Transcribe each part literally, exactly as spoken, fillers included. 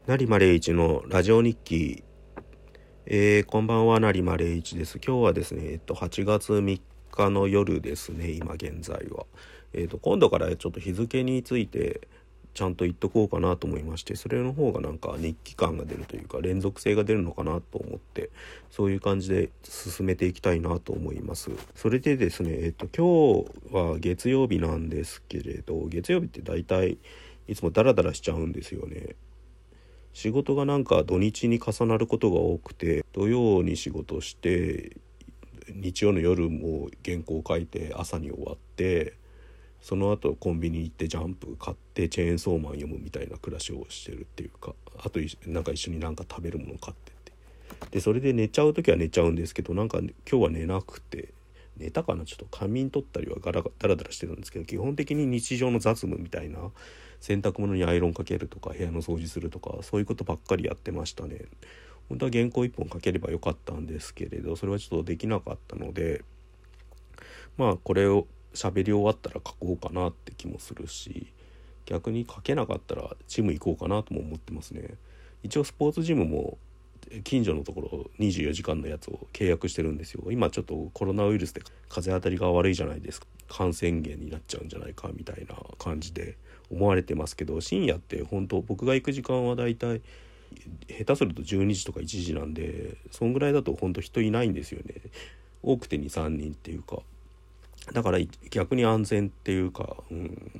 成間礼一のラジオ日記。えー、こんばんは、成間礼一です。今日はですね、えっと、はちがつみっかの夜ですね、今現在は。えっと、今度からちょっと日付についてちゃんと言っとこうかなと思いまして、それの方がなんか日記感が出るというか、連続性が出るのかなと思って、そういう感じで進めていきたいなと思います。それでですね、えっと、今日は月曜日なんですけれど、月曜日って大体いつもダラダラしちゃうんですよね。仕事がなんか土日に重なることが多くて、土曜に仕事して日曜の夜も原稿を書いて朝に終わって、その後コンビニ行ってジャンプ買ってチェーンソーマン読むみたいな暮らしをしてるっていうか、あとなんか一緒になんか食べるもの買ってって、でそれで寝ちゃう時は寝ちゃうんですけど、なんか今日は寝なくて、寝たかな、ちょっと仮眠取ったりはガラダラダラしてるんですけど、基本的に日常の雑務みたいな、洗濯物にアイロンかけるとか部屋の掃除するとか、そういうことばっかりやってましたね。本当は原稿いっぽん書ければよかったんですけれど、それはちょっとできなかったので、まあこれを喋り終わったら書こうかなって気もするし、逆に書けなかったらジム行こうかなとも思ってますね。一応スポーツジムも近所のところにじゅうよじかんのやつを契約してるんですよ。今ちょっとコロナウイルスで風当たりが悪いじゃないですか、感染源になっちゃうんじゃないかみたいな感じで思われてますけど、深夜って本当僕が行く時間はだいたい下手するとじゅうにじとかいちじなんで、そんぐらいだと本当人いないんですよね。多くて に,さん 人っていうか、だから逆に安全っていうか、うん、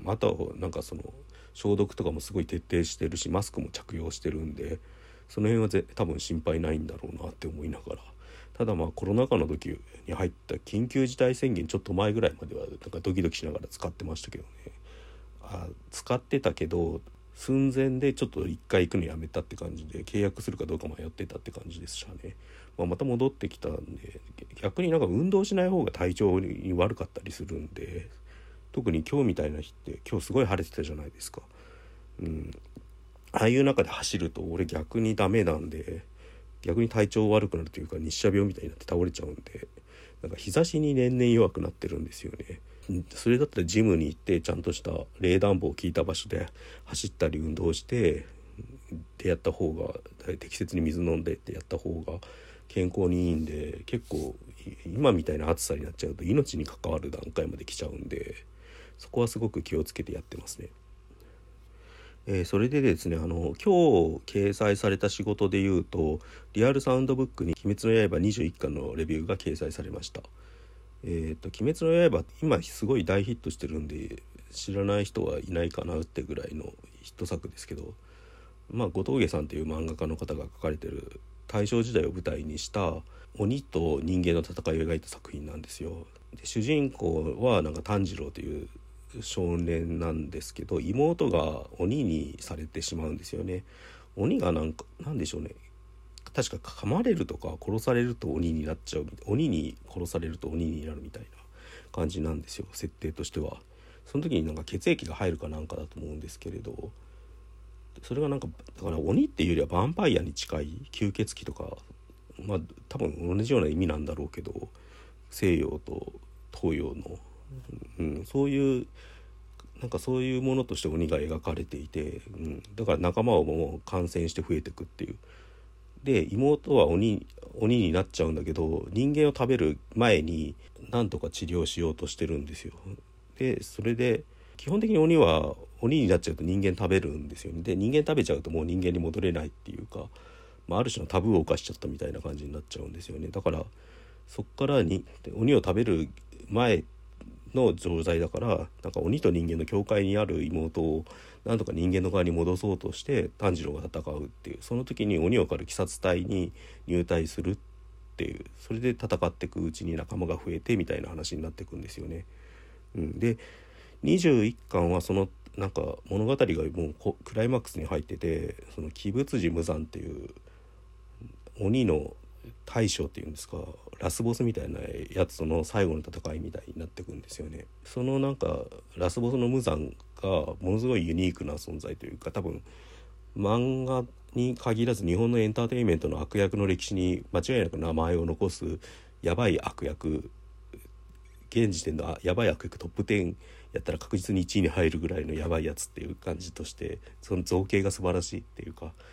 あとなんかその消毒とかもすごい徹底してるし、マスクも着用してるんで、その辺はぜ多分心配ないんだろうなって思いながら、ただまあコロナ禍の時に入った緊急事態宣言ちょっと前ぐらいまではなんかドキドキしながら使ってましたけどね。あ使ってたけど寸前でちょっと一回行くのやめたって感じで、契約するかどうか迷ってたって感じでしたね。まあ、また戻ってきたんで、逆になんか運動しない方が体調に悪かったりするんで、特に今日みたいな日って今日すごい晴れてたじゃないですか。うん、ああいう中で走ると俺逆にダメなんで、逆に体調悪くなるというか日射病みたいになって倒れちゃうんで、なんか日差しに年々弱くなってるんですよね。それだったらジムに行ってちゃんとした冷暖房を効いた場所で走ったり運動してでやった方が、適切に水飲んでってやった方が健康にいいんで、結構今みたいな暑さになっちゃうと命に関わる段階まで来ちゃうんで、そこはすごく気をつけてやってますね。えー、それでですね、あの今日掲載された仕事でいうと、リアルサウンドブックに鬼滅の刃にじゅういっかんのレビューが掲載されました。えーと鬼滅の刃今すごい大ヒットしてるんで知らない人はいないかなってぐらいのヒット作ですけど、まあ後藤家さんという漫画家の方が書かれてる大正時代を舞台にした鬼と人間の戦いを描いた作品なんですよ。で主人公はなんか炭治郎という少年なんですけど、妹が鬼にされてしまうんですよね。鬼がなんかなんでしょうね、確か噛まれるとか殺されると鬼になっちゃう、鬼に殺されると鬼になるみたいな感じなんですよ、設定としては。その時になんか血液が入るかなんかだと思うんですけれど、それがなんかだから鬼っていうよりはヴァンパイアに近い吸血鬼とか、まあ多分同じような意味なんだろうけど、西洋と東洋の、うん、そういうなんかそういうものとして鬼が描かれていて、うん、だから仲間をもう感染して増えていくっていう。で妹は鬼鬼になっちゃうんだけど、人間を食べる前になんとか治療しようとしてるんですよ。でそれで基本的に鬼は鬼になっちゃうと人間食べるんですよね。で人間食べちゃうともう人間に戻れないっていうか、まあ、ある種のタブーを犯しちゃったみたいな感じになっちゃうんですよね。だからそっからに鬼を食べる前の錠剤だから、なんか鬼と人間の境界にある妹をなんとか人間の側に戻そうとして炭治郎が戦うっていう、その時に鬼を狩る鬼殺隊に入隊するっていう、それで戦っていくうちに仲間が増えてみたいな話になっていくんですよね。うん、でにじゅういっかんはそのなんか物語がもうクライマックスに入ってて、その鬼仏寺無惨っていう鬼の大将っていうんですか、ラスボスみたいなやつとの最後の戦いみたいになってくんですよね。そのなんかラスボスの無惨がものすごいユニークな存在というか、多分漫画に限らず日本のエンターテインメントの悪役の歴史に間違いなく名前を残すやばい悪役、現時点のやばい悪役トップじゅうやったら確実にいちいに入るぐらいのやばいやつっていう感じとして、その造形が素晴らしいっていうか、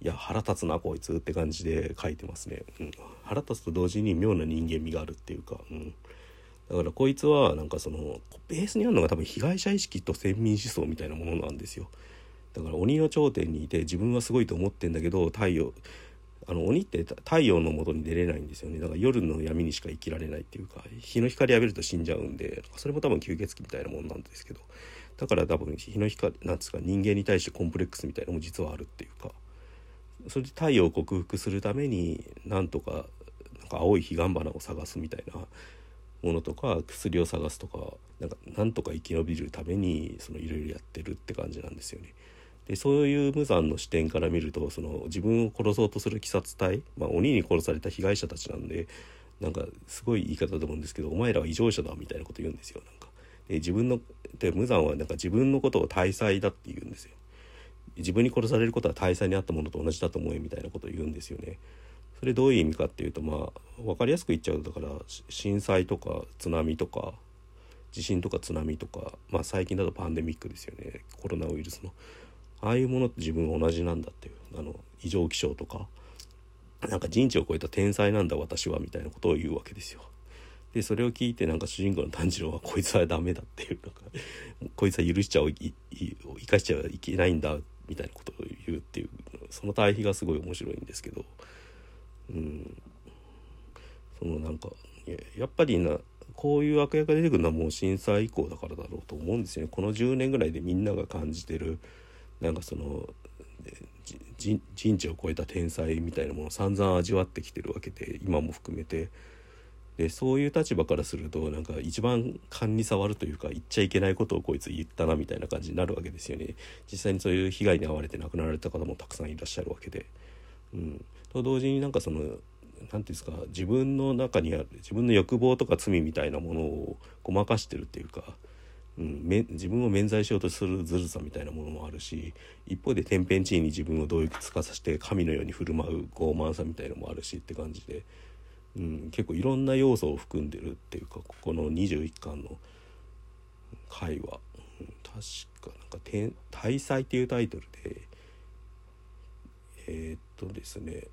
いや腹立つなこいつって感じで書いてますね、うん、腹立つと同時に妙な人間味があるっていうか、うん、だからこいつはなんかそのベースにあるのが多分被害者意識と先民思想みたいなものなんですよ。だから鬼の頂点にいて自分はすごいと思ってんだけど、太陽あの鬼って太陽の下に出れないんですよね。だから夜の闇にしか生きられないっていうか、日の光浴びると死んじゃうんで、それも多分吸血鬼みたいなもんなんですけど、だから多分日の光なんですか、人間に対してコンプレックスみたいなのも実はあるっていうか、それで太陽を克服するためになんとかなんか青い彼岸花を探すみたいなものとか、薬を探すとか、なんかなんとか生き延びるためにそのいろいろやってるって感じなんですよね。でそういう無残の視点から見ると、その自分を殺そうとする鬼殺隊、まあ、鬼に殺された被害者たちなんで、なんかすごい言い方だと思うんですけど、お前らは異常者だみたいなこと言うんですよ。なんかで自分ので無残はなんか自分のことを大祭だって言うんですよ。自分に殺されることは大祭にあったものと同じだと思えみたいなことを言うんですよね。それどういう意味かっていうと、まあ分かりやすく言っちゃうと、だから震災とか津波とか地震とか津波とか、まあ最近だとパンデミックですよね、コロナウイルスの。ああいうものって自分は同じなんだっていう、あの異常気象とかなんか人知を超えた天才なんだ私はみたいなことを言うわけですよ。でそれを聞いてなんか主人公の炭治郎はこいつはダメだっていう、なんかこいつは許しちゃおい生かしちゃいけないんだみたいなことを言うっていう、その対比がすごい面白いんですけど、うん、そのなんかやっぱりな、こういう悪役が出てくるのはもう震災以降だからだろうと思うんですよね。このじゅうねんぐらいでみんなが感じてるなんかその人知を超えた天才みたいなものを散々味わってきてるわけで、今も含めて。でそういう立場からするとなんか一番勘に触るというか、言っちゃいけないことをこいつ言ったなみたいな感じになるわけですよね。実際にそういう被害に遭われて亡くなられた方もたくさんいらっしゃるわけで、うん、と同時になんかそのなんていうんですか、自分の中にある自分の欲望とか罪みたいなものをごまかしてるっていうか、うん、め自分を免罪しようとするずるさみたいなものもあるし、一方で天変地異に自分を同一化させて神のように振る舞う傲慢さみたいなのもあるしって感じで、うん、結構いろんな要素を含んでるっていうか、ここのにじゅういっかんの回は、うん、確かなんか天大祭っていうタイトルでえー、っとですね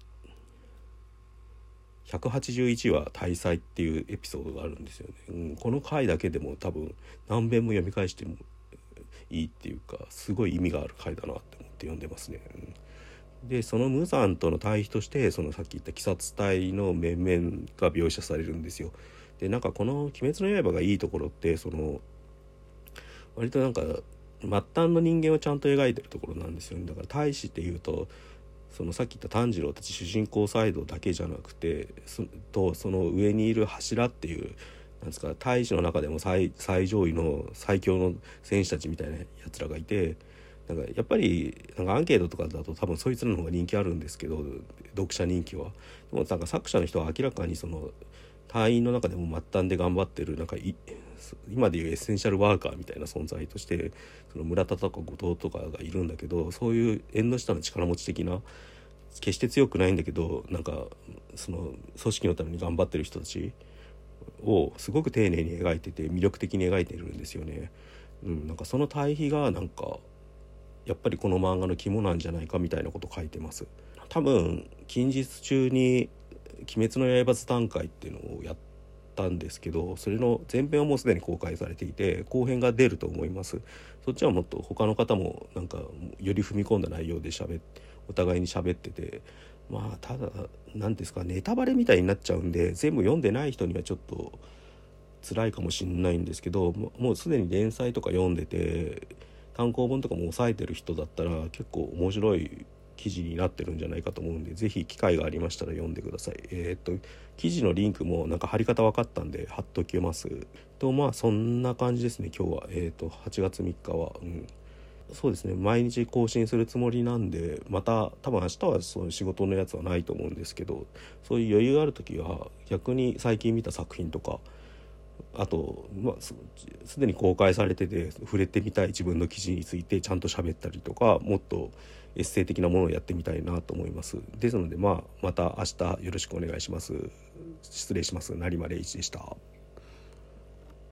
ひゃくはちじゅういちわ大祭っていうエピソードがあるんですよね、うん、この回だけでも多分何遍も読み返してもいいっていうか、すごい意味がある回だなって思って読んでますね、うん、でその無惨との対比として、そのさっき言った鬼殺隊の面々が描写されるんですよ。でなんかこの「鬼滅の刃」がいいところって、その割となんか末端の人間をちゃんと描いてるところなんですよね。だから大使っていうと、そのさっき言った炭治郎たち主人公サイドだけじゃなくて、そとその上にいる柱っていうなんですか、大使の中でも 最, 最上位の最強の戦士たちみたいなやつらがいて、なんかやっぱりなんかアンケートとかだと多分そいつらの方が人気あるんですけど、読者人気は。でもなんか作者の人は明らかにその隊員の中でも末端で頑張ってる、なんかい今でいうエッセンシャルワーカーみたいな存在として、その村田とか後藤とかがいるんだけど、そういう縁の下の力持ち的な、決して強くないんだけどなんかその組織のために頑張ってる人たちをすごく丁寧に描いてて魅力的に描いてるんですよね、うん、なんかその対比がなんかやっぱりこの漫画の肝なんじゃないかみたいなこと書いてます。多分近日中に鬼滅の刃図鑑会っていうのをやったんですけど、それの前編はもうすでに公開されていて、後編が出ると思います。そっちはもっと他の方もなんかより踏み込んだ内容で喋ってお互いに喋ってて、まあただ何ですか、ネタバレみたいになっちゃうんで全部読んでない人にはちょっと辛いかもしれないんですけど、もうすでに連載とか読んでて単行本とかも押さえてる人だったら結構面白い記事になってるんじゃないかと思うんで、ぜひ機会がありましたら読んでください。えー、っと記事のリンクもなんか貼り方分かったんで貼っときますと、まあそんな感じですね今日は。えー、っとはちがつみっかは、うん、そうですね、毎日更新するつもりなんで、また多分明日はそういう仕事のやつはないと思うんですけど、そういう余裕がある時は逆に最近見た作品とか、あと、まあ、す, すでに公開されてて触れてみたい自分の記事についてちゃんと喋ったりとか、もっとエッセイ的なものをやってみたいなと思います。ですので、まあ、また明日よろしくお願いします。失礼します。成間礼一でした。